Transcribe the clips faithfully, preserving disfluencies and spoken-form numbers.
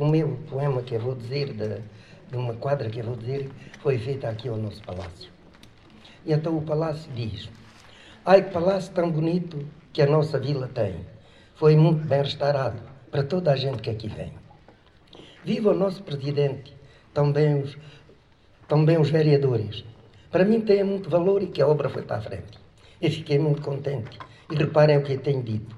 o meu poema que eu vou dizer, de, de uma quadra que eu vou dizer, foi feita aqui ao nosso palácio. E então o palácio diz: ai, que palácio tão bonito que a nossa vila tem. Foi muito bem restaurado para toda a gente que aqui vem. Viva o nosso presidente, também os, também os vereadores. Para mim tem muito valor e que a obra foi para a frente. Eu fiquei muito contente. E reparem o que eu tenho dito.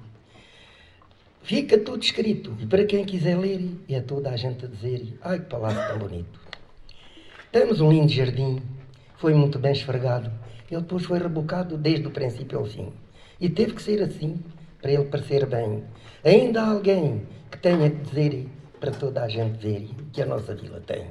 Fica tudo escrito. E para quem quiser ler, é toda a gente a dizer: ai, que palácio tão bonito. Temos um lindo jardim. Foi muito bem esfregado. Ele depois foi rebocado desde o princípio ao fim. E teve que ser assim, para ele parecer bem. Ainda há alguém que tenha que dizer para toda a gente ver que a nossa vila tem.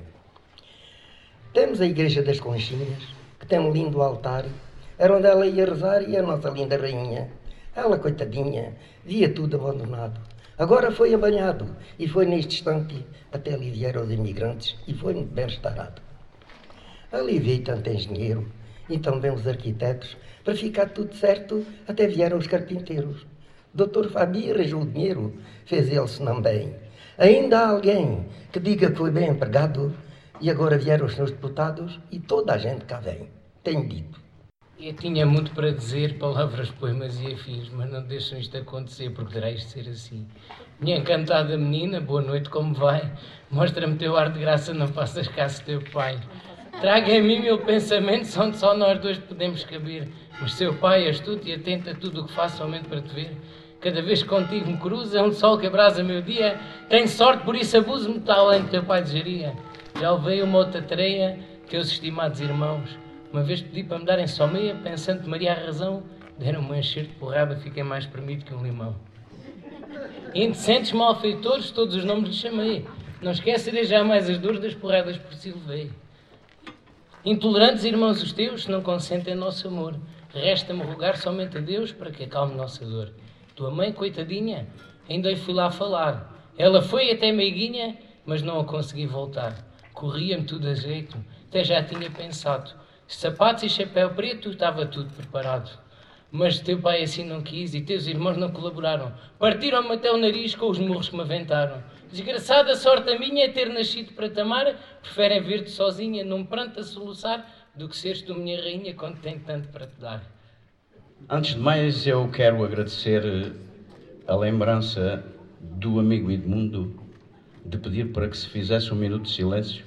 Temos a Igreja das Conchinhas, que tem um lindo altar. Era onde ela ia rezar e a nossa linda rainha. Ela, coitadinha, via tudo abandonado. Agora foi abanhado e foi neste instante até aliviar aos imigrantes e foi muito bem restaurado. Aliviei tanto engenheiro e também os arquitetos, para ficar tudo certo, até vieram os carpinteiros. Doutor Fabi arranjou o dinheiro, fez ele se não bem. Ainda há alguém que diga que foi bem empregado e agora vieram os seus deputados e toda a gente cá vem. Tenho dito. Eu tinha muito para dizer, palavras, poemas e afins, mas não deixam isto acontecer, porque terá isto ser assim. Minha encantada menina, boa noite, como vai? Mostra-me teu ar de graça, não faças caso teu pai. Traga em mim mil pensamentos onde só nós dois podemos caber. Mas seu pai, astuto e atento a tudo o que faço somente para te ver. Cada vez que contigo me cruza, é um sol que abrasa meu dia. Tenho sorte, por isso abuso-me tal além que teu pai desejaria. Já levei uma outra tareia, teus estimados irmãos. Uma vez pedi para me darem só meia, pensando que Maria a razão, deram-me um encher de porrada, fiquei mais premido que um limão. Indecentes, malfeitores, todos os nomes lhes chamei. Não esquecerei jamais as dores das porradas por si levei. Intolerantes irmãos os teus, se não consentem nosso amor, resta-me rogar somente a Deus para que acalme nossa dor. Tua mãe, coitadinha, ainda lhe fui lá falar. Ela foi até meiguinha, mas não a consegui voltar. Corria-me tudo a jeito, até já tinha pensado. Sapatos e chapéu preto, estava tudo preparado. Mas teu pai assim não quis e teus irmãos não colaboraram. Partiram-me até o nariz com os murros que me aventaram. Desgraçada sorte a minha é ter nascido para te amar. Preferem ver-te sozinha num pranto a soluçar do que seres tu minha rainha quando tenho tanto para te dar. Antes de mais, eu quero agradecer a lembrança do amigo Edmundo de pedir para que se fizesse um minuto de silêncio.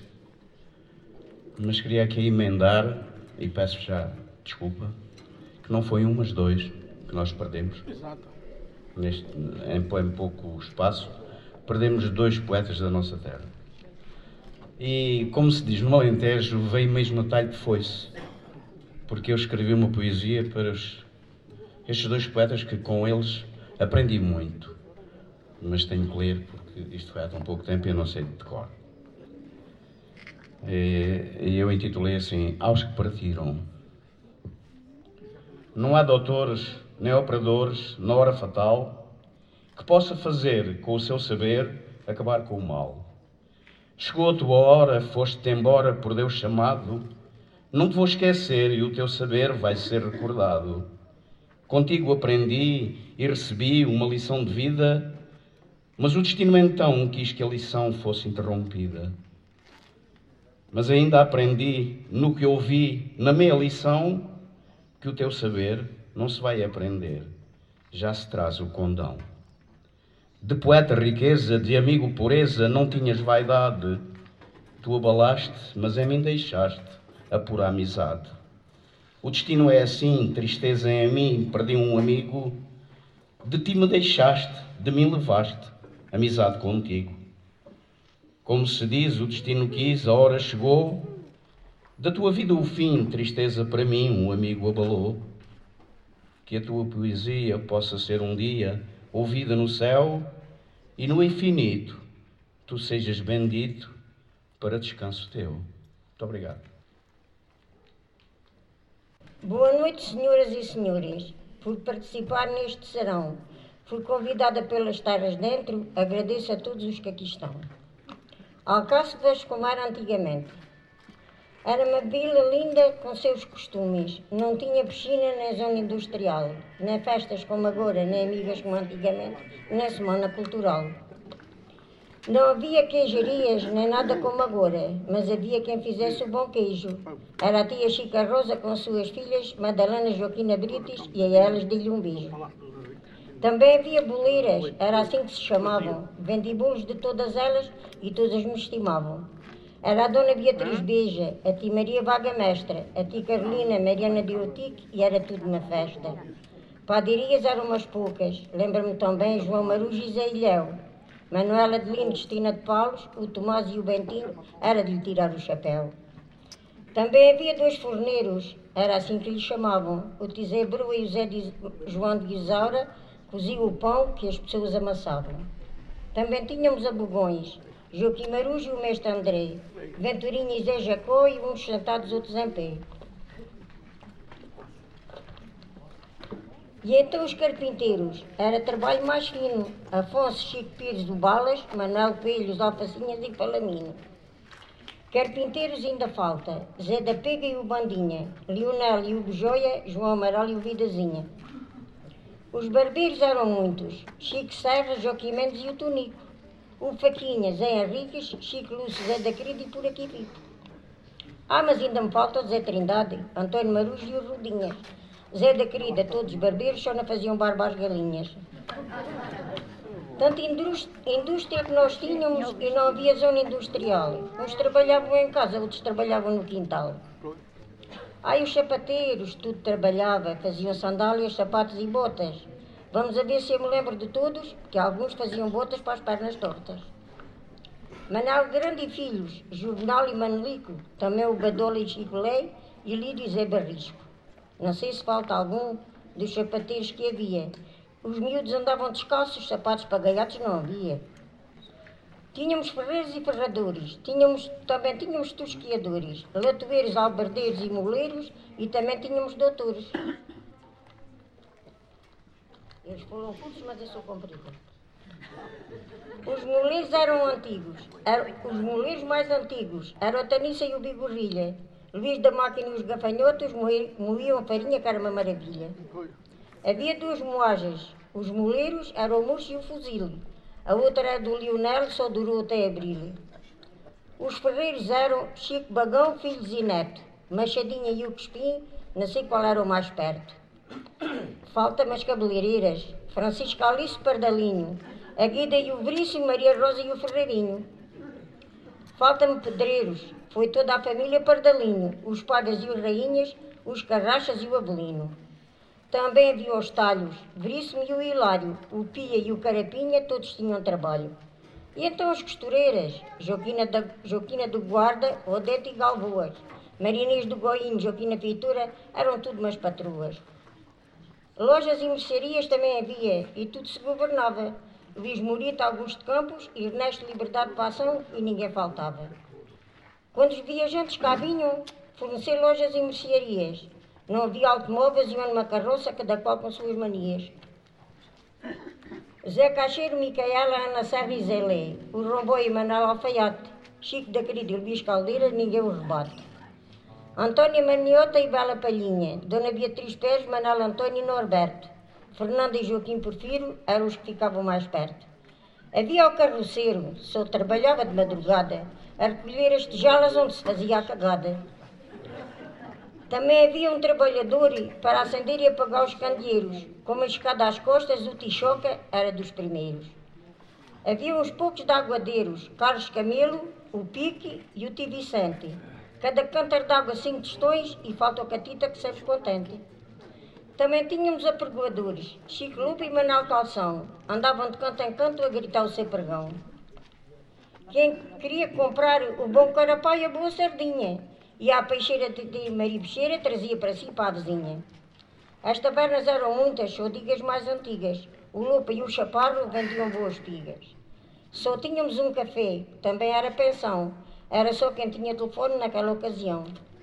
Mas queria aqui emendar, e peço já desculpa, que não foi um, mas dois que nós perdemos. Exato. Neste, em, em pouco espaço, perdemos dois poetas da nossa terra. E, como se diz no Alentejo, veio mesmo a talho de foice, porque eu escrevi uma poesia para os, estes dois poetas que com eles aprendi muito, mas tenho que ler porque isto foi há tão pouco tempo e eu não sei de cor. E eu intitulei assim: Aos que partiram. Não há doutores nem operadores na hora fatal que possa fazer com o seu saber acabar com o mal. Chegou a tua hora, foste-te embora por Deus chamado. Não te vou esquecer e o teu saber vai ser recordado. Contigo aprendi e recebi uma lição de vida, mas o destino então quis que a lição fosse interrompida. Mas ainda aprendi no que ouvi na meia lição que o teu saber não se vai aprender, já se traz o condão. De poeta riqueza, de amigo pureza, não tinhas vaidade. Tu abalaste, mas em mim deixaste a pura amizade. O destino é assim, tristeza em mim, perdi um amigo. De ti me deixaste, de mim levaste, amizade contigo. Como se diz, o destino quis, a hora chegou. Da tua vida o fim, tristeza para mim, um amigo abalou. Que a tua poesia possa ser um dia ouvida no céu e no infinito tu sejas bendito para descanso teu. Muito obrigado. Boa noite, senhoras e senhores, por participar neste serão. Fui convidada pelas terras dentro, agradeço a todos os que aqui estão. Alcácer como era antigamente. Era uma vila linda com seus costumes. Não tinha piscina nem zona industrial, nem festas como agora, nem amigas como antigamente, nem semana cultural. Não havia queijarias nem nada como agora, mas havia quem fizesse o bom queijo. Era a tia Chica Rosa com suas filhas, Madalena Joaquina Brites, e a elas dei-lhe um beijo. Também havia boleiras, era assim que se chamavam. Vendi bolos de todas elas e todas me estimavam. Era a dona Beatriz Beija, a tia Maria Vaga Mestra, a tia Carolina, Mariana de Otique, e era tudo uma festa. Padarias eram umas poucas, lembro-me também João Marujo e Zé Ilhéu. Manuela de Lino, Cristina de Paulos, o Tomás e o Bentinho, era de lhe tirar o chapéu. Também havia dois forneiros, era assim que lhe chamavam, o tio Zé Brua e o Zé de João de Isaura, coziam o pão que as pessoas amassavam. Também tínhamos abogões, Joaquim Marujo e o mestre André, Venturinha e Zé Jacó e uns sentados, outros em pé. E então os carpinteiros, era trabalho mais fino, Afonso Chico Pires do Balas, Manuel Coelhos, Alfacinhas e Palamino. Carpinteiros ainda falta, Zé da Pega e o Bandinha, Leonel e o Bejoia, João Amaral e o Vidazinha. Os barbeiros eram muitos, Chico Serra, Joaquim Mendes e o Tonico. O Faquinha, Zé Henriques, Chico Lúcio, Zé da Querida e por aqui fico. Ah, mas ainda me falta o Zé Trindade, António Marujo e o Rodinhas. Zé da Querida, todos os barbeiros, só não faziam barba às galinhas. Tanta indústria que nós tínhamos e não havia zona industrial. Uns trabalhavam em casa, outros trabalhavam no quintal. Ai, os sapateiros, tudo trabalhava, faziam sandálias, sapatos e botas. Vamos a ver se eu me lembro de todos, que alguns faziam botas para as pernas tortas. Manuel Grande e Filhos, Juvenal e Manelico, também o Badola e Chico Lei e Lídio e Zé Barrisco. Não sei se falta algum dos sapateiros que havia. Os miúdos andavam descalços, sapatos pagaiatos não havia. Tínhamos ferreiros e ferradores, tínhamos, também tínhamos tosquiadores, latoeiros, albardeiros e moleiros e também tínhamos doutores. Eles foram curtos, mas eu sou comprida. Os moleiros eram antigos, eram, os moleiros mais antigos eram a Tanissa e o Bigorrilha. Luís da Máquina e os gafanhotos moíam farinha, que era uma maravilha. Havia duas moagens. Os moleiros eram o Murcho e o Fuzil. A outra era do Lionel, só durou até abril. Os ferreiros eram Chico Bagão, filhos e neto. Machadinha e o Crespim, não sei qual era o mais perto. Faltam as cabeleireiras. Francisco Alice Pardalinho. A Guida e o Veríssimo, Maria Rosa e o Ferreirinho. Faltam-me pedreiros. Foi toda a família Pardalinho, os Pagas e os Rainhas, os Carrachas e o Abelino. Também havia os Talhos, Veríssimo e o Hilário, o Pia e o Carapinha, todos tinham trabalho. E então as costureiras, Joaquina, da, Joaquina do Guarda, Odete e Galvoas, Marinês do Goinho, Joaquina Feitura, eram tudo umas patroas. Lojas e mercearias também havia, e tudo se governava. Luís Morita, Augusto Campos, Ernesto Liberdade Passão, e ninguém faltava. Quando os viajantes cá vinham, fornecer lojas e mercearias. Não havia automóveis, iam numa carroça, cada qual com suas manias. Zé Cacheiro, Micaela, Ana Serra e Zé Lé, o Rombó e Manuel Alfaiate, Chico da Querida e Luís Caldeira, ninguém os rebate. Antônia Maniota e Bela Palhinha, Dona Beatriz Pérez, Manuel Antônio e Norberto, Fernanda e Joaquim Porfiro eram os que ficavam mais perto. Havia o carroceiro, só trabalhava de madrugada, a recolher as tigelas onde se fazia a cagada. Também havia um trabalhador para acender e apagar os candeeiros. Com uma escada às costas, o Tichoca era dos primeiros. Havia uns poucos de aguadeiros, Carlos Camelo, o Pique e o Tio Vicente. Cada cântaro de água cinco tostões e falta o Catita que serve contente. Também tínhamos apregoadores, Chico Lupa e Manuel Calção. Andavam de canto em canto a gritar o seu pregão. Quem queria comprar o bom carapau e a boa sardinha, e à peixeira de Maria Peixeira trazia para si para a vizinha. As tabernas eram muitas, só digas mais antigas. O Lupa e o Chaparro vendiam boas espigas. Só tínhamos um café, também era pensão. Era só quem tinha telefone naquela ocasião.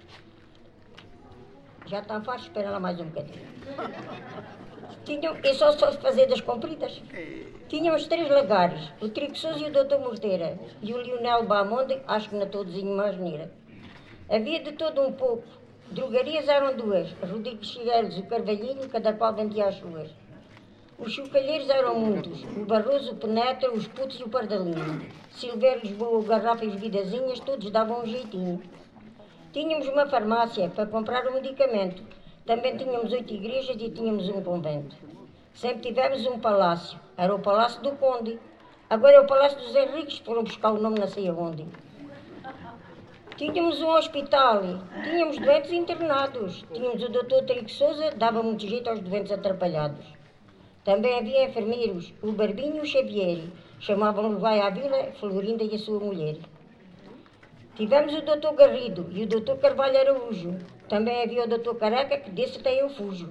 Já está fácil, espera lá mais um bocadinho. Tinham, eu só só fazer das compridas. Tínhamos três lagares, o Trigo Sousa e o doutor Morteira, e o Lionel Bamonde, acho que na todozinho mais neira. Havia de todo um pouco. Drogarias eram duas, Rodrigues Figueiredo e o Carvalhinho, cada qual vendia as suas. Os chocalheiros eram muitos, o Barroso, o Penetra, os Putos e o Pardalinho. Silvério, Lisboa, o Garrafa e os Vidazinhas, todos davam um jeitinho. Tínhamos uma farmácia para comprar o medicamento. Também tínhamos oito igrejas e tínhamos um convento. Sempre tivemos um palácio. Era o Palácio do Conde. Agora é o Palácio dos Henriques, foram buscar o nome não sei aonde. Tínhamos um hospital, tínhamos doentes internados. Tínhamos o doutor Trigo Souza, dava muito jeito aos doentes atrapalhados. Também havia enfermeiros, o Barbinho e o Xavier. Chamavam-no Vai à Vila, Florinda e a sua mulher. Tivemos o doutor Garrido e o doutor Carvalho Araújo. Também havia o doutor Careca, que desse até eu fujo.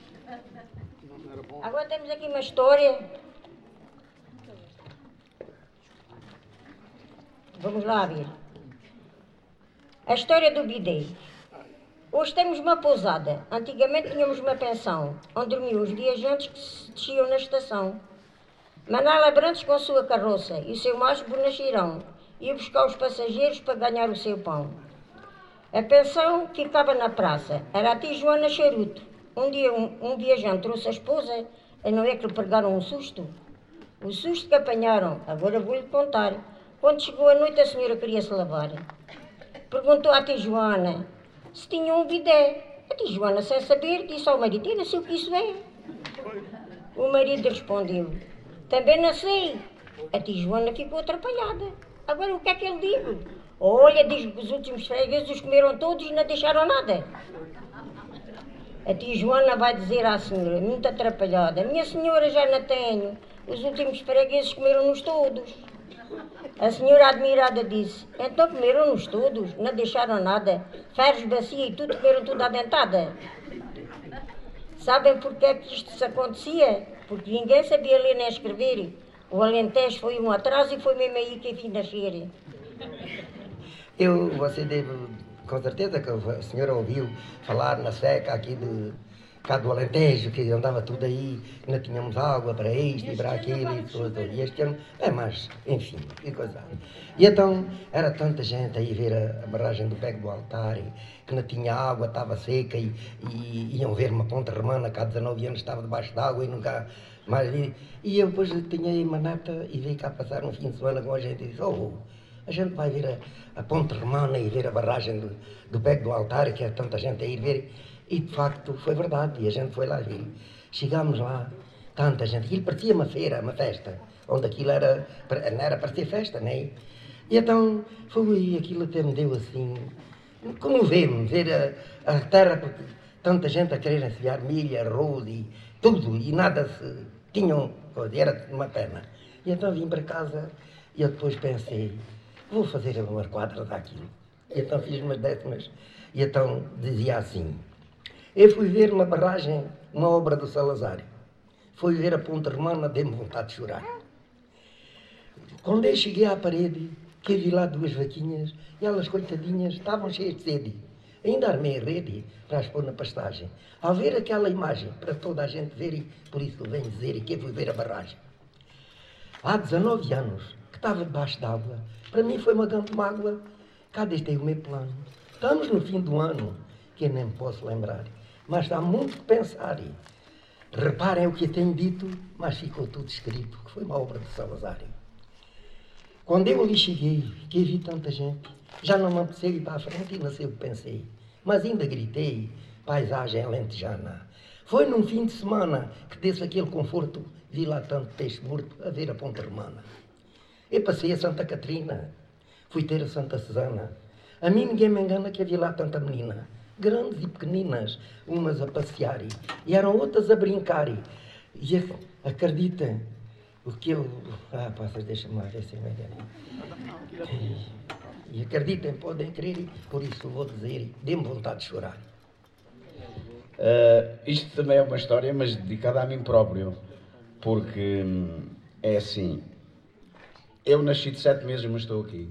Agora temos aqui uma história. Vamos lá ver. A história do bidê. Hoje temos uma pousada. Antigamente tínhamos uma pensão, onde dormiam os viajantes que se desciam na estação. Manuel Abrantes com a sua carroça e o seu macho Bonacheirão ia buscar os passageiros para ganhar o seu pão. A pensão ficava na praça. Era a tia Joana Charuto. Um dia um, um viajante trouxe a esposa e não é que lhe pegaram um susto? O susto que apanharam, agora vou-lhe contar. Quando chegou a noite a senhora queria se lavar. Perguntou à tia Joana se tinha um bidé. A tia Joana, sem saber, disse ao marido: eu não sei o que isso é. O marido respondeu: também não sei. A tia Joana ficou atrapalhada. Agora o que é que ele diz? Olha, diz que os últimos fregueses os comeram todos e não deixaram nada. A tia Joana vai dizer à senhora, muito atrapalhada: minha senhora, já não tenho. Os últimos fregueses comeram-nos todos. A senhora admirada disse: então comeram-nos todos, não deixaram nada. Ferros, bacia e tudo, comeram tudo à dentada. Sabem porquê que isto se acontecia? Porque ninguém sabia ler nem escrever. O Alentejo foi um atraso e foi mesmo aí que eu vim nascer. Eu, você deve, com certeza que a senhora ouviu falar na seca aqui de, cá do Alentejo, que andava tudo aí, que não tínhamos água para isto e para aquilo e tudo. E este ano, é mais, enfim, que coisa. E então, era tanta gente aí ver a, a barragem do Pego do Altar, e, que não tinha água, estava seca, e, e iam ver uma ponta romana que há dezanove anos estava debaixo d'água e nunca mais vi. E eu depois tinha aí uma neta e veio cá passar um fim de semana com a gente e disse: oh, a gente vai ver a, a ponte romana e ver a barragem do, do Pego do Altar, que é tanta gente a ir ver. E de facto foi verdade, e a gente foi lá ver. Chegámos lá, tanta gente, aquilo parecia uma feira, uma festa, onde aquilo era, não era para ser festa, nem. E então foi, aquilo até me deu assim, comoveu-me ver a, a terra, porque tanta gente a querer enfiar milho, arroz e tudo, e nada se tinham, era uma pena. E então vim para casa e eu depois pensei: vou fazer uma quadra daquilo. E então fiz umas décimas, e então dizia assim: eu fui ver uma barragem, uma obra do Salazar. Fui ver a ponta romana, dei-me vontade de chorar. Quando eu cheguei à parede, que eu vi lá duas vaquinhas, e elas, coitadinhas, estavam cheias de sede. Ainda armei a rede para as pôr na pastagem. Ao ver aquela imagem, para toda a gente ver, e por isso eu venho dizer que eu fui ver a barragem. Há dezanove anos que estava debaixo d'água. Para mim foi uma grande mágoa. Cá deixei o meu plano. Estamos no fim do ano, que eu nem me posso lembrar. Mas dá muito que pensar. Reparem o que eu tenho dito, mas ficou tudo escrito, que foi uma obra de Salazar. Quando eu ali cheguei, que eu vi tanta gente, já não me apeteceu ir para a frente e não sei o que pensei. Mas ainda gritei: paisagem alentejana. Foi num fim de semana que desse aquele conforto, vi lá tanto peixe morto a ver a ponta romana. Eu passei a Santa Catarina, fui ter a Santa Susana. A mim ninguém me engana que havia lá tanta menina, grandes e pequeninas, umas a passear e eram outras a brincar. E acreditem, o que eu... Ah, passas, deixa-me lá ver se eu me engano. E acreditem, podem crer, por isso vou dizer, dê-me vontade de chorar. Uh, isto também é uma história, mas dedicada a mim próprio, porque hum, é assim, eu nasci de sete meses, mas estou aqui.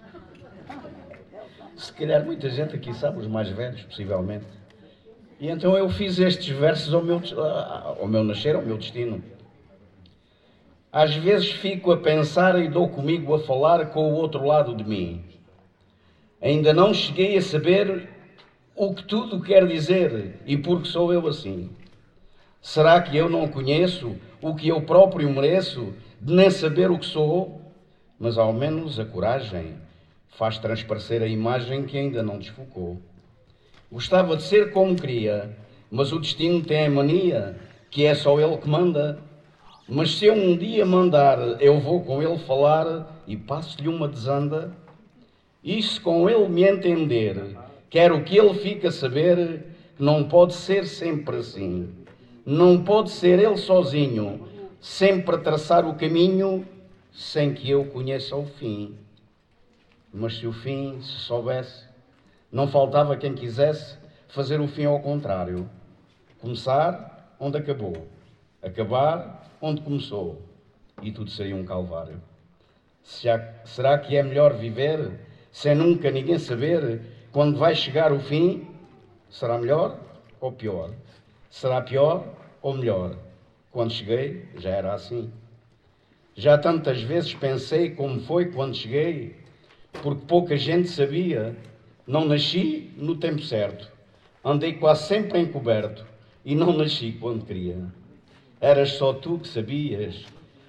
Se calhar muita gente aqui sabe, os mais velhos, possivelmente. E então eu fiz estes versos ao meu, ao meu nascer, ao meu destino. Às vezes fico a pensar e dou comigo a falar com o outro lado de mim. Ainda não cheguei a saber o que tudo quer dizer e porque sou eu assim. Será que eu não conheço o que eu próprio mereço, de nem saber o que sou? Mas ao menos a coragem faz transparecer a imagem que ainda não desfocou. Gostava de ser como queria, mas o destino tem a mania que é só ele que manda. Mas se eu um dia mandar, eu vou com ele falar e passo-lhe uma desanda. E se com ele me entender, quero que ele fique a saber que não pode ser sempre assim. Não pode ser ele sozinho, sempre a traçar o caminho, sem que eu conheça o fim. Mas se o fim se soubesse, não faltava quem quisesse fazer o fim ao contrário. Começar onde acabou, acabar onde começou, e tudo seria um calvário. Se há, será que é melhor viver sem nunca ninguém saber quando vai chegar o fim? Será melhor ou pior? Será pior ou melhor? Quando cheguei, já era assim. Já tantas vezes pensei como foi quando cheguei, porque pouca gente sabia. Não nasci no tempo certo, andei quase sempre encoberto e não nasci quando queria. Eras só tu que sabias.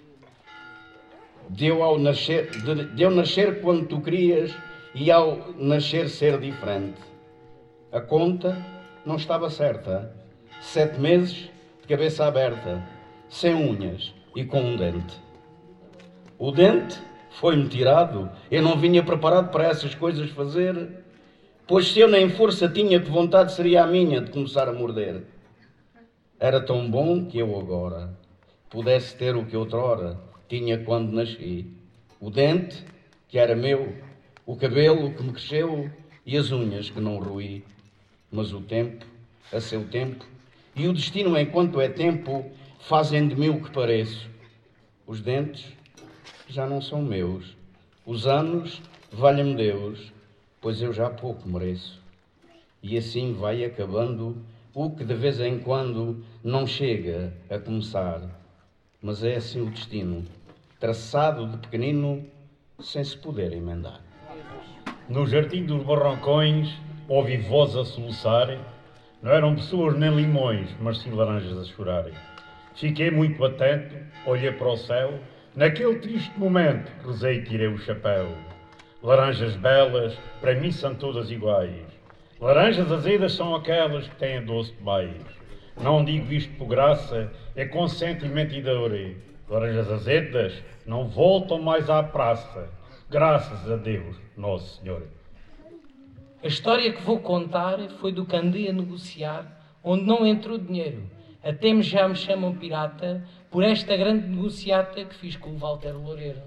Deu ao nascer, de, deu nascer quando tu querias e ao nascer ser diferente. A conta não estava certa. Sete meses de cabeça aberta, sem unhas e com um dente. O dente foi-me tirado. Eu não vinha preparado para essas coisas fazer, pois se eu nem força tinha, que vontade seria a minha de começar a morder. Era tão bom que eu agora pudesse ter o que outrora tinha quando nasci. O dente, que era meu, o cabelo que me cresceu e as unhas que não roí. Mas o tempo, a seu tempo, e o destino enquanto é tempo, fazem de mim o que pareço. Os dentes já não são meus. Os anos, valha-me Deus, pois eu já pouco mereço. E assim vai acabando o que de vez em quando não chega a começar. Mas é assim o destino, traçado de pequenino, sem se poder emendar. No jardim dos barrancões, ouvi voz a soluçarem. Não eram pessoas nem limões, mas sim laranjas a chorarem. Fiquei muito atento, olhei para o céu. Naquele triste momento, rezei e tirei o chapéu. Laranjas belas, para mim são todas iguais. Laranjas azedas são aquelas que têm doce demais. Não digo isto por graça, é com sentimento e dor. Laranjas azedas não voltam mais à praça. Graças a Deus, Nosso Senhor. A história que vou contar foi do que andei a negociar, onde não entrou dinheiro. Até me já me chamam pirata por esta grande negociata que fiz com o Walter Loureiro.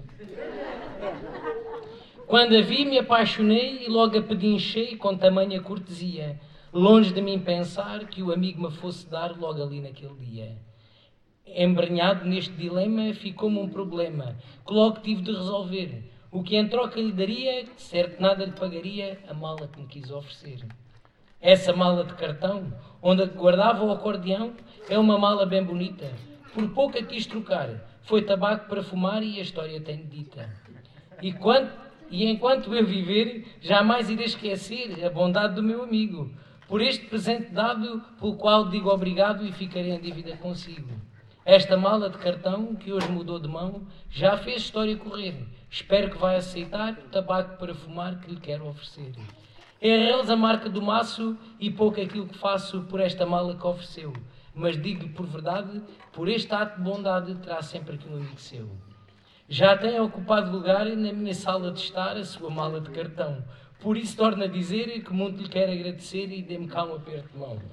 Quando a vi, me apaixonei e logo a pedinchei com tamanha cortesia, longe de mim pensar que o amigo me fosse dar logo ali naquele dia. Embrenhado neste dilema, ficou-me um problema que logo tive de resolver. O que em troca lhe daria, certo nada lhe pagaria, a mala que me quis oferecer. Essa mala de cartão, onde guardava o acordeão, é uma mala bem bonita. Por pouco a quis trocar, foi tabaco para fumar e a história tem dita. E, quando, e enquanto eu viver, jamais irei esquecer a bondade do meu amigo, por este presente dado, pelo qual digo obrigado e ficarei em dívida consigo. Esta mala de cartão, que hoje mudou de mão, já fez história correr. Espero que vai aceitar o tabaco para fumar que lhe quero oferecer. É a Reles a marca do maço e pouco aquilo que faço por esta mala que ofereceu. Mas digo-lhe por verdade, por este ato de bondade terá sempre aqui um amigo seu. Já tem ocupado lugar na minha sala de estar a sua mala de cartão. Por isso torno a dizer que muito lhe quero agradecer e dê-me cá um aperto de mão.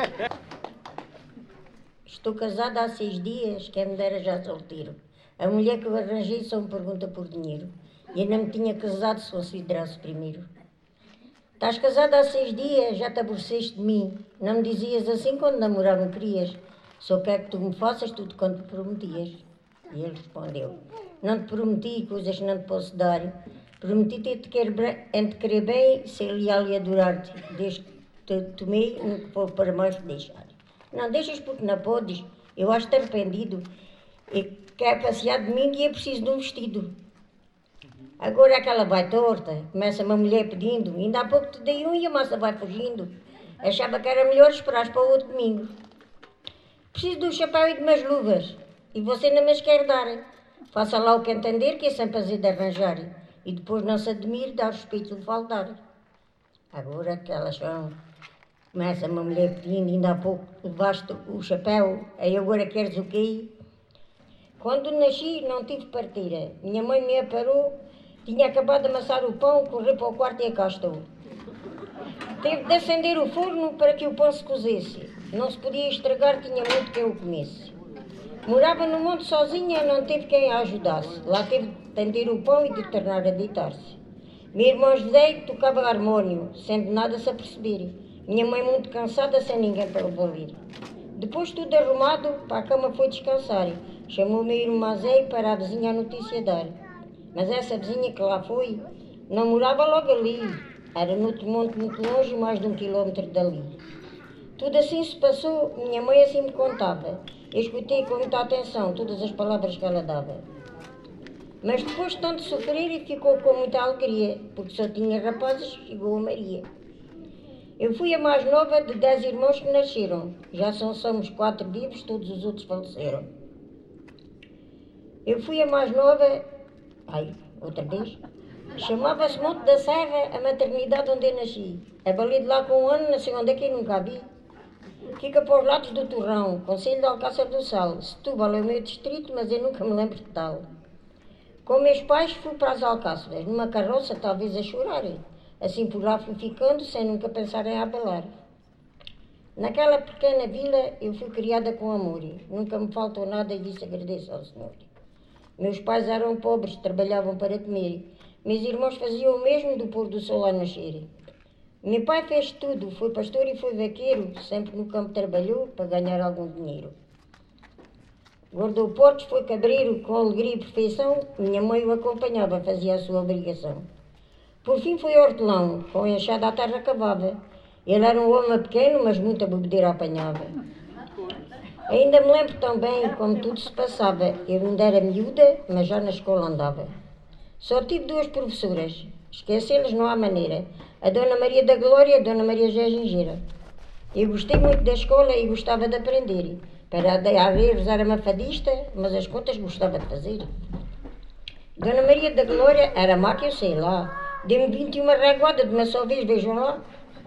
Estou casada há seis dias, quem me dera já solteiro. A mulher que eu arranjei só me pergunta por dinheiro. E ainda me tinha casado se considerasse primeiro. Estás casada há seis dias, já te aborreceste de mim. Não me dizias assim quando namorar me querias. Só quero que tu me faças tudo quanto te prometias. E ele respondeu, não te prometi coisas que não te posso dar. Prometi-te em te querer bem, ser leal e adorar-te. Desde que te tomei, nunca vou para mais te deixar. Não deixas porque não podes. Eu acho-te arrependido. E quer passear domingo e é preciso de um vestido. Agora aquela vai torta, começa uma mulher pedindo, ainda há pouco te dei um e a moça vai fugindo. Achava que era melhor esperar para o outro domingo. Preciso de um chapéu e de umas luvas. E você não me as quer dar. Faça lá o que entender, que é sempre fazer de arranjar. E depois não se admire dar o respeito de faltar. Agora que elas são... Começa uma mulher pedindo, ainda há pouco levaste o chapéu, aí agora queres o quê? Quando nasci não tive partida. Minha mãe me aparou, tinha acabado de amassar o pão, corri para o quarto e cá estou. Teve de acender o forno para que o pão se cozesse. Não se podia estragar, tinha muito que eu o comesse. Morava no monte sozinha, não teve quem a ajudasse. Lá teve de tender o pão e de tornar a deitar-se. Meu irmão José tocava harmónio, sem de nada se aperceber. Minha mãe muito cansada, sem ninguém para o ouvir. Depois tudo arrumado, para a cama foi descansar. Chamou meu irmão Zé para a vizinha a notícia dar. Mas essa vizinha que lá foi, não morava logo ali. Era no outro monte muito longe, mais de um quilómetro dali. Tudo assim se passou, minha mãe assim me contava. Eu escutei com muita atenção todas as palavras que ela dava. Mas depois de tanto sofrer, ficou com muita alegria, porque só tinha rapazes igual a Maria. Eu fui a mais nova de dez irmãos que nasceram. Já só somos quatro vivos, todos os outros faleceram. Eu fui a mais nova... Ai, outra vez. Chamava-se Monte da Serra, a maternidade onde eu nasci. Abalei de lá com um ano, nasci onde é que eu nunca vi. Fica para os lados do Torrão, Concelho de Alcácer do Sal. Setúbal é o meu distrito, mas eu nunca me lembro de tal. Com meus pais fui para as Alcáceras, numa carroça, talvez a chorar. Assim por lá fui ficando, sem nunca pensar em abalar. Naquela pequena vila eu fui criada com amor. Nunca me faltou nada e disso agradeço ao Senhor. Meus pais eram pobres, trabalhavam para comer. Meus irmãos faziam o mesmo do pôr do sol a nascer. Meu pai fez tudo, foi pastor e foi vaqueiro. Sempre no campo trabalhou para ganhar algum dinheiro. Guardou portos, foi cabreiro, com alegria e perfeição. Minha mãe o acompanhava, fazia a sua obrigação. Por fim foi hortelão, com a enxada a terra cavava. Ele era um homem pequeno, mas muita bebedeira apanhava. Ainda me lembro tão bem como tudo se passava. Eu ainda era miúda, mas já na escola andava. Só tive duas professoras. Esquecê-las não há maneira. A Dona Maria da Glória e a Dona Maria José Gingeira. Eu gostei muito da escola e gostava de aprender. Para a Areiros era uma fadista, mas as contas gostava de fazer. Dona Maria da Glória era má que eu sei lá. Deu-me vinte e uma reguada de uma só vez, vejam lá.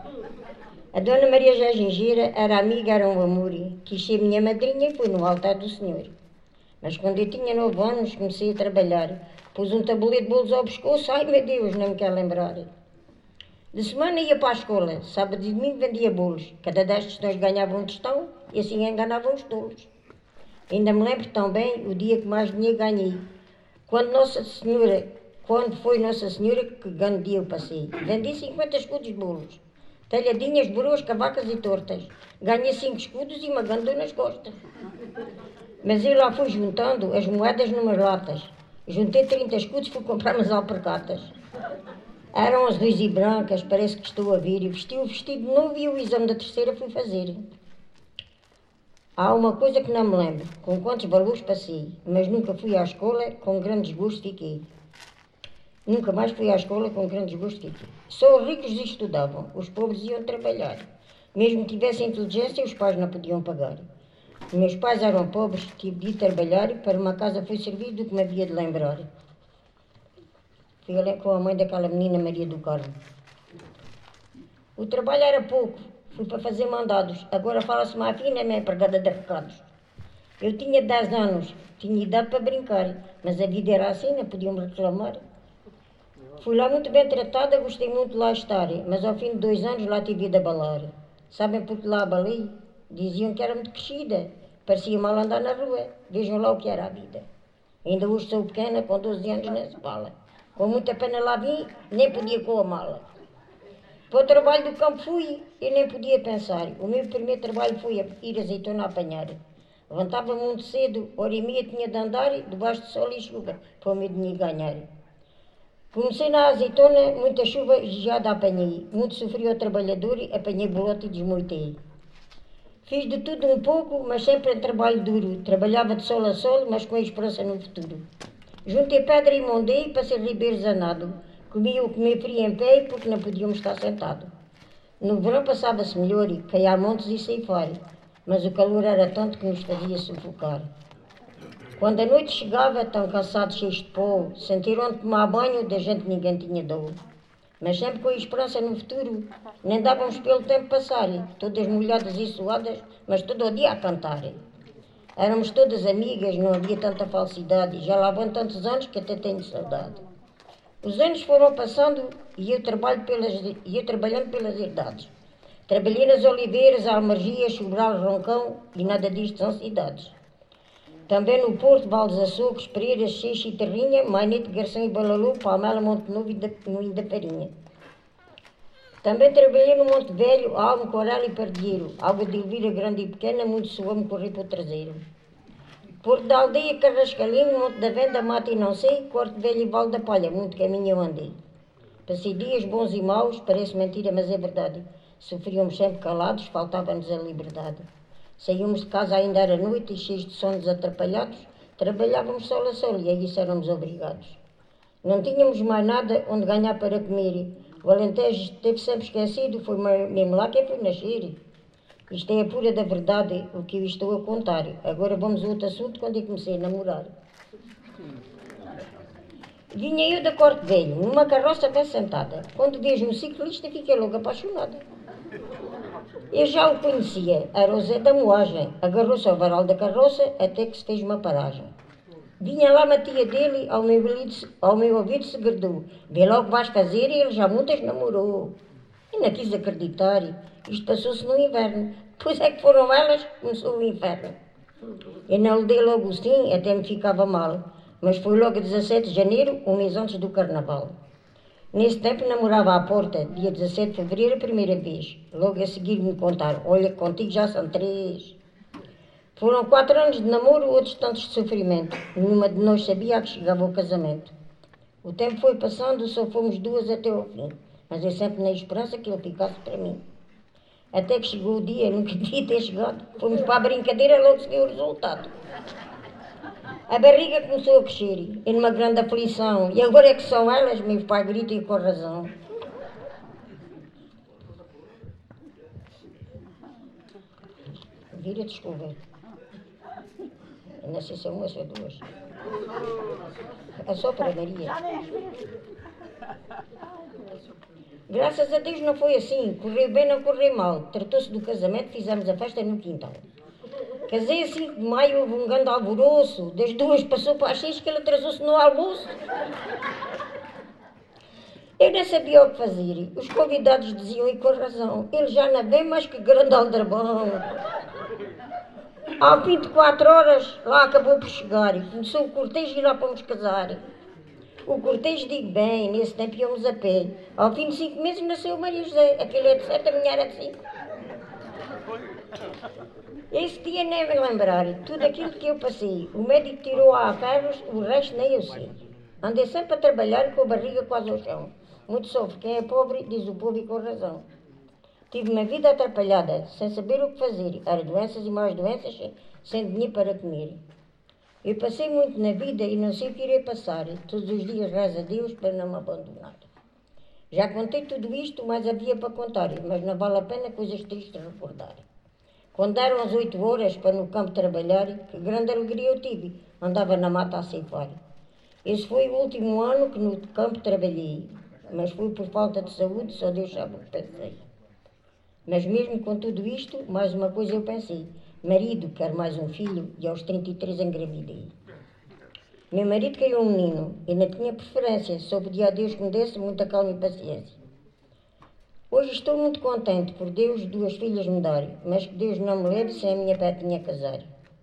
A Dona Maria José Gingeira era amiga, era um amor. Quis ser minha madrinha e foi no altar do Senhor. Mas quando eu tinha nove anos, comecei a trabalhar. Pus um tabuleiro de bolos ao pescoço, ai meu Deus, não me quero lembrar. De semana ia para a escola, sábado e domingo vendia bolos. Cada dez tostões ganhava um tostão e assim enganavam os tolos. Ainda me lembro tão bem o dia que mais dinheiro ganhei. Quando Nossa Senhora, quando foi Nossa Senhora que grande dia eu passei. Vendi cinquenta escudos de bolos, talhadinhas, broas, cavacas e tortas. Ganhei cinco escudos e uma gandula nas costas. Mas eu lá fui juntando as moedas numas latas. Juntei trinta escudos e fui comprar umas alpercatas. Eram azuis e brancas, parece que estou a ver. E vesti o vestido novo e o exame da terceira fui fazer. Há uma coisa que não me lembro, com quantos valores passei, mas nunca fui à escola, com grande desgosto fiquei. Nunca mais fui à escola, com grande desgosto fiquei. Só os ricos estudavam, os pobres iam trabalhar. Mesmo que tivessem inteligência, os pais não podiam pagar. Meus pais eram pobres, tive de ir trabalhar, para uma casa foi servir do que me havia de lembrar. Fui ali com a mãe daquela menina Maria do Carmo. O trabalho era pouco, fui para fazer mandados. Agora fala-se uma fina, minha empregada de recados. Eu tinha dez anos, tinha idade para brincar, mas a vida era assim, não podiam me reclamar. Fui lá muito bem tratada, gostei muito de lá estar, mas ao fim de dois anos lá tive de abalar. Sabem porque lá abalei? Diziam que era muito crescida, parecia mal andar na rua. Vejam lá o que era a vida. Ainda hoje sou pequena, com doze anos nem se fala. Com muita pena lá vim, nem podia com a mala. Para o trabalho do campo fui, eu nem podia pensar. O meu primeiro trabalho foi ir azeitona a apanhar. Levantava muito cedo, hora e meia tinha de andar, debaixo de sol e chuva, para o meu dinheiro ganhar. Comecei na azeitona, muita chuva, já da apanhei. Muito sofri ao trabalhador, apanhei bolota e desmoitei. Fiz de tudo um pouco, mas sempre em trabalho duro. Trabalhava de sol a sol, mas com a esperança no futuro. Juntei pedra e mondei para ser ribeiro zanado. Comia o que me fria em pé, porque não podíamos estar sentados. No verão passava-se melhor, caía a montes e ceifar. mas o calor era tanto que nos fazia sufocar. Quando a noite chegava, tão cansados, cheios de pó, sentiram de tomar banho, da gente ninguém tinha dor. Mas sempre com a esperança no futuro, nem dávamos pelo tempo passar, todas molhadas e suadas, mas todo o dia a cantar. Éramos todas amigas, não havia tanta falsidade, já lá vão tantos anos que até tenho saudade. Os anos foram passando e eu, trabalho pelas, e eu trabalhando pelas herdades. Trabalhei nas Oliveiras, Almargias, Sobral, Roncão e nada disto são cidades. Também no Porto, Valdes Açoucos, Pereiras, Seixo e Terrinha, Mainete, Garção e Balalu, Palmela, Monte Novo e no Inda Farinha. Também trabalhei no Monte Velho, Almo, Coral e Pardieiro, Água de Elvira, Grande e Pequena, muito suame correr para o traseiro. Porto da Aldeia, Carrascalinho, Monte da Venda, Mata e não sei, Corte Velho e Val da Palha, muito caminho eu andei. Passei dias bons e maus, parece mentira, mas é verdade. Sofríamos sempre calados, faltava-nos a liberdade. Saíamos de casa ainda era noite e cheios de sonos atrapalhados, trabalhávamos sol a sol e a isso éramos obrigados. Não tínhamos mais nada onde ganhar para comer. O Alentejo esteve sempre esquecido, foi mesmo lá que eu fui nascer. Isto é a pura da verdade, o que eu estou a contar. Agora vamos a outro assunto, quando eu comecei a namorar. Vinha eu da Corte Velho, numa carroça bem sentada. Quando vejo um ciclista, fiquei logo apaixonada. Eu já o conhecia, era o Zé da Moagem. Agarrou-se ao varal da carroça até que se fez uma paragem. Vinha lá uma tia dele, ao meu, ouvido, ao meu ouvido se gredou. Vê lá o que vais fazer e ele já muitas namorou. E não quis acreditar. Isto passou-se no inverno. Depois é que foram elas, começou o inferno. Eu não lhe dei logo sim, até me ficava mal. Mas foi logo a dezassete de janeiro, um mês antes do carnaval. Nesse tempo namorava à porta, dia dezassete de fevereiro, a primeira vez. Logo a seguir me contaram, olha, contigo já são três. Foram quatro anos de namoro, outros tantos de sofrimento. Nenhuma de nós sabia a que chegava o casamento. O tempo foi passando, só fomos duas até ao fim. Mas eu sempre na esperança que ele ficasse para mim. Até que chegou o dia, nunca devia ter chegado. Fomos para a brincadeira, logo seguiu o resultado. A barriga começou a crescer, e numa grande aflição. E agora é que são elas, meu pai grita e com razão. Vira, desculpa. Eu não sei se é uma ou se é duas. É só para a Maria. Graças a Deus não foi assim. Correu bem, não correu mal. Tratou-se do casamento, fizemos a festa no quintal. Casei a cinco de maio, houve um grande alvoroço. Das duas passou para as seis que ele atrasou-se no almoço. Eu não sabia o que fazer. Os convidados diziam, e com razão, ele já não vem mais que grande aldrabão. Ao fim de quatro horas, lá acabou por chegar. E começou o cortejo e lá fomos casar. O cortejo, digo bem, nesse tempo íamos a pé. Ao fim de cinco meses nasceu Maria José. Aquele é de sete, a minha era de cinco. Esse dia nem me lembrar. Tudo aquilo que eu passei. O médico tirou a ferros, o resto nem eu sei. Andei sempre a trabalhar com a barriga quase ao chão. Muito sofre. Quem é pobre, diz o povo e com razão. Tive uma vida atrapalhada, sem saber o que fazer. Era doenças e mais doenças, sem dinheiro para comer. Eu passei muito na vida e não sei o que irei passar. Todos os dias rezo a Deus para não me abandonar. Já contei tudo isto, mas havia para contar, mas não vale a pena coisas tristes recordar. Quando deram as oito horas para no campo trabalhar, que grande alegria eu tive. Andava na mata a ceifar. Esse foi o último ano que no campo trabalhei, mas foi por falta de saúde, só Deus sabe o que pensei. Mas mesmo com tudo isto, mais uma coisa eu pensei. Marido, quero mais um filho, e aos trinta e três engravidei. Meu marido caiu um menino, e não tinha preferência, só pedia a Deus que me desse muita calma e paciência. Hoje estou muito contente por Deus duas filhas me dar, mas que Deus não me leve sem a minha petinha casar.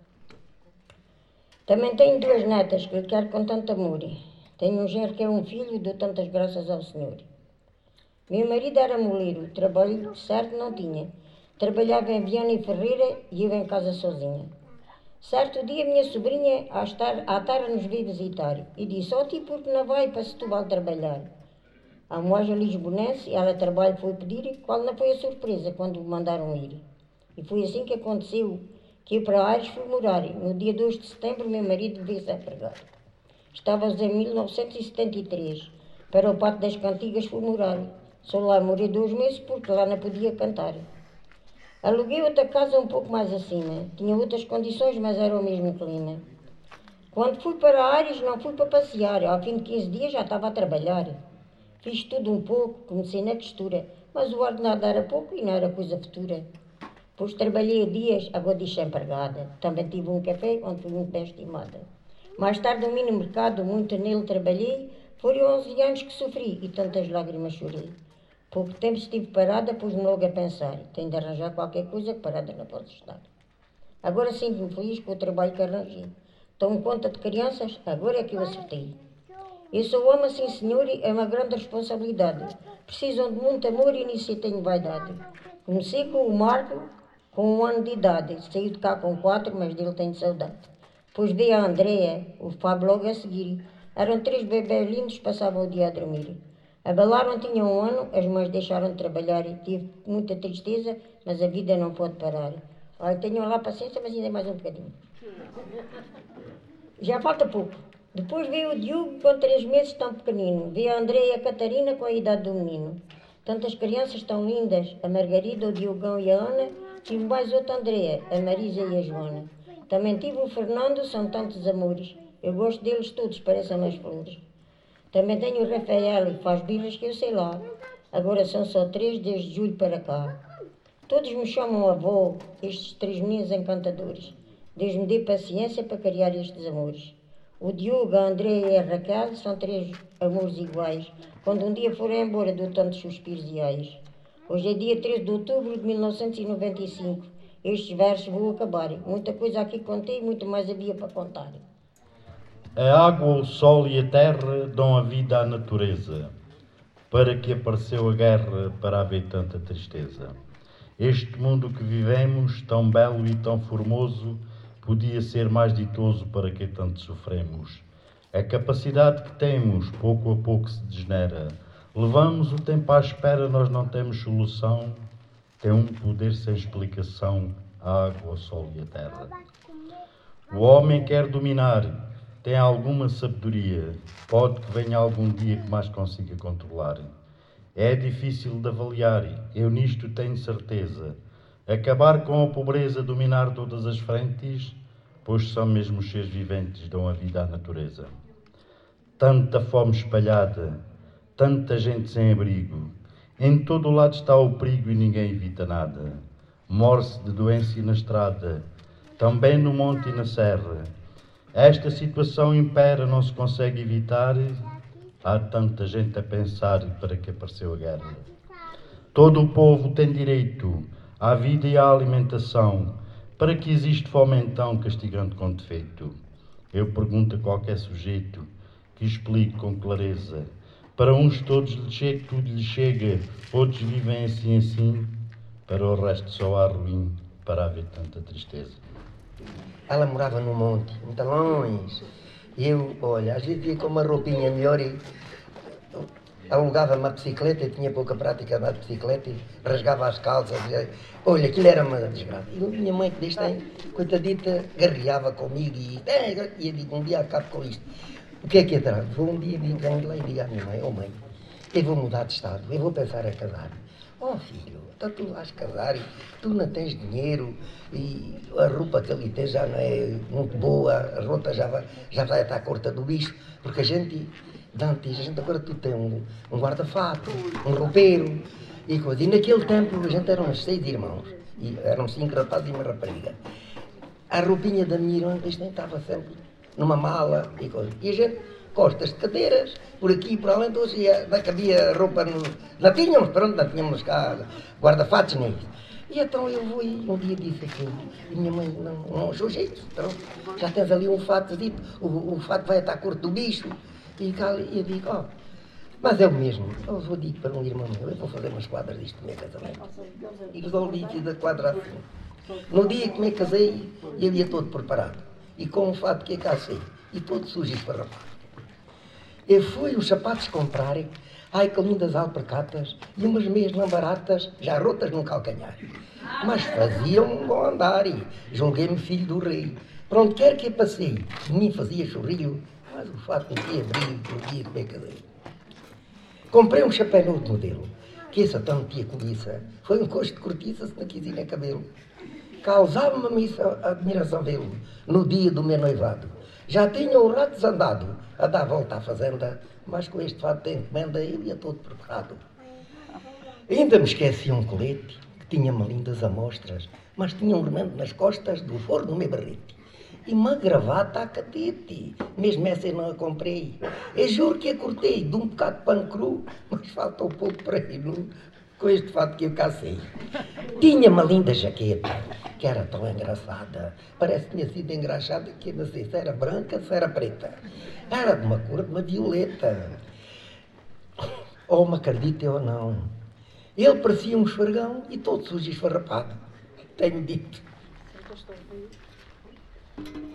Também tenho duas netas que lhe quero com tanto amor. Tenho um genro que é um filho e dou tantas graças ao Senhor. Meu marido era moleiro, trabalho certo não tinha. Trabalhava em Viana e Ferreira e eu em casa sozinha. Certo dia, minha sobrinha, à tarde, nos veio visitar e disse, ó ti, porque não vai para Setúbal trabalhar? A moagem lisbonense, ela trabalho foi pedir, qual não foi a surpresa quando me mandaram ir. E foi assim que aconteceu, que eu para Aires fui morar. No dia dois de setembro, meu marido veio-se a pregar. Estávamos em mil novecentos e setenta e três. Para o Pátio das Cantigas fui morar. Só lá morei dois meses porque lá não podia cantar. Aluguei outra casa um pouco mais acima. Tinha outras condições, mas era o mesmo clima. Quando fui para Ares, não fui para passear. Ao fim de quinze dias já estava a trabalhar. Fiz tudo um pouco, comecei na costura, mas o ordenado era pouco e não era coisa futura. Pois trabalhei dias, agora desempregada. Também tive um café onde fui muito bem estimada. Mais tarde, no mini mercado, muito nele trabalhei. Foram onze anos que sofri e tantas lágrimas chorei. Pouco tempo estive parada, pus-me logo a pensar. Tenho de arranjar qualquer coisa que parada não posso estar. Agora sinto-me feliz com o trabalho que arranjei. Tomo conta de crianças, agora é que eu acertei. Eu sou homem, sim senhor, e é uma grande responsabilidade. Precisam de muito amor e nisso eu tenho vaidade. Comecei com o Marco, com um ano de idade. Saí de cá com quatro, mas dele tenho saudade. Depois veio a Andréia, o Fábio logo a seguir. Eram três bebés lindos, passavam o dia a dormir. A Balaram tinha um ano, as mães deixaram de trabalhar e tive muita tristeza, mas a vida não pode parar. Olha, tenham lá paciência, mas ainda mais um bocadinho. Já falta pouco. Depois veio o Diogo com três meses tão pequenino. Veio a Andréia e a Catarina com a idade do menino. Tantas crianças tão lindas, a Margarida, o Diogão e a Ana. Tive mais outra Andréia, a Marisa e a Joana. Também tive o Fernando, são tantos amores. Eu gosto deles todos, parecem as flores. Também tenho o Rafael, que faz birras que eu sei lá. Agora são só três desde julho para cá. Todos me chamam avó, estes três meninos encantadores. Deus me dê paciência para criar estes amores. O Diogo, a Andréia e a Raquel são três amores iguais. Quando um dia forem embora, dou tantos suspiros e ais. Hoje é dia treze de outubro de mil novecentos e noventa e cinco. Estes versos vou acabar. Muita coisa aqui contei, muito mais havia para contar. A água, o sol e a terra dão a vida à natureza. Para que apareceu a guerra, para haver tanta tristeza. Este mundo que vivemos, tão belo e tão formoso, podia ser mais ditoso, para que tanto sofremos. A capacidade que temos, pouco a pouco se degenera. Levamos o tempo à espera, nós não temos solução. Tem um poder sem explicação, a água, o sol e a terra. O homem quer dominar, tem alguma sabedoria, pode que venha algum dia que mais consiga controlar. É difícil de avaliar, eu nisto tenho certeza. Acabar com a pobreza, dominar todas as frentes, pois são mesmo os seres viventes, dão a vida à natureza. Tanta fome espalhada, tanta gente sem abrigo, em todo o lado está o perigo e ninguém evita nada. Morre-se de doença e na estrada, também no monte e na serra. Esta situação impera, não se consegue evitar. Há tanta gente a pensar para que apareceu a guerra. Todo o povo tem direito à vida e à alimentação. Para que existe fome então, castigando com defeito? Eu pergunto a qualquer sujeito que explique com clareza. Para uns todos lhes chega, tudo lhes chega, outros vivem assim assim. Para o resto só há ruim, para haver tanta tristeza. Ela morava no monte, muito longe. Eu, olha, às vezes ia com uma roupinha melhor e alugava uma bicicleta, eu tinha pouca prática de bicicleta e rasgava as calças. E, olha, aquilo era uma desgraça. E a minha mãe, que desde aí, coitadita, garreava comigo e ia dizer, um dia acabo com isto. O que é que é atrás? Vou um dia vir lá e digo à minha mãe, oh mãe, eu vou mudar de estado, eu vou pensar a casar. Oh filho, então tu vais casar e tu não tens dinheiro e a roupa que ali tens já não é muito boa, a roupa já vai, já vai estar corta do bicho, porque a gente, antes, a gente agora tudo tem um, um guarda-fato, um roupeiro e coisa. E naquele tempo a gente eram seis irmãos, e eram cinco rapazes e uma rapariga. A roupinha da minha irmã estava sempre numa mala e coisa. E a gente, costas de cadeiras, por aqui e por além, então ia, não cabia roupa, no, não tínhamos, pronto, não tínhamos cá guarda-fatos nem isso. E então eu vou e um dia disse assim, e minha mãe, não, não achou jeito, pronto, já tens ali um fato, o, o fato vai estar curto do bicho, e cá, eu digo, ó, oh, mas é o mesmo, eu vou dizer para um irmão meu, eu vou fazer umas quadras disto do meu casamento. E resolvi fiz a quadra assim. No dia que me casei, eu ia todo preparado, e com um fato que eu cacei, e todo sujo e esparramado. Eu fui os sapatos comprarem, ai que lindas alpercatas, e umas meias não baratas, já rotas num calcanhar. Mas faziam um bom andar, e julguei-me filho do rei. Para onde quer que eu passei, de mim fazia chorrilho, mas o fato não tinha brilho por dia que me casei. Comprei um chapéu novo modelo, que essa tão tia cobiça foi um costo de cortiça se não quis ir nem cabelo. Causava-me isso a admiração vê-lo no dia do meu noivado. Já tinha o rato desandado a dar a volta à fazenda, mas com este fato de encomenda ele ia todo preparado. Ainda me esqueci um colete que tinha-me lindas amostras, mas tinha um remendo nas costas do forno no meu barrete. E uma gravata a catete, mesmo essa eu não a comprei. Eu juro que a cortei de um bocado de pano cru, mas falta um pouco para ir no, com este fato que eu cacei. Tinha uma linda jaqueta, que era tão engraçada. Parece que tinha sido engraxada, que eu não sei se era branca, se era preta. Era de uma cor de uma violeta. Ou me acreditem ou não. Ele parecia um esfargão e todo sujo e esfarrapado. Tenho dito.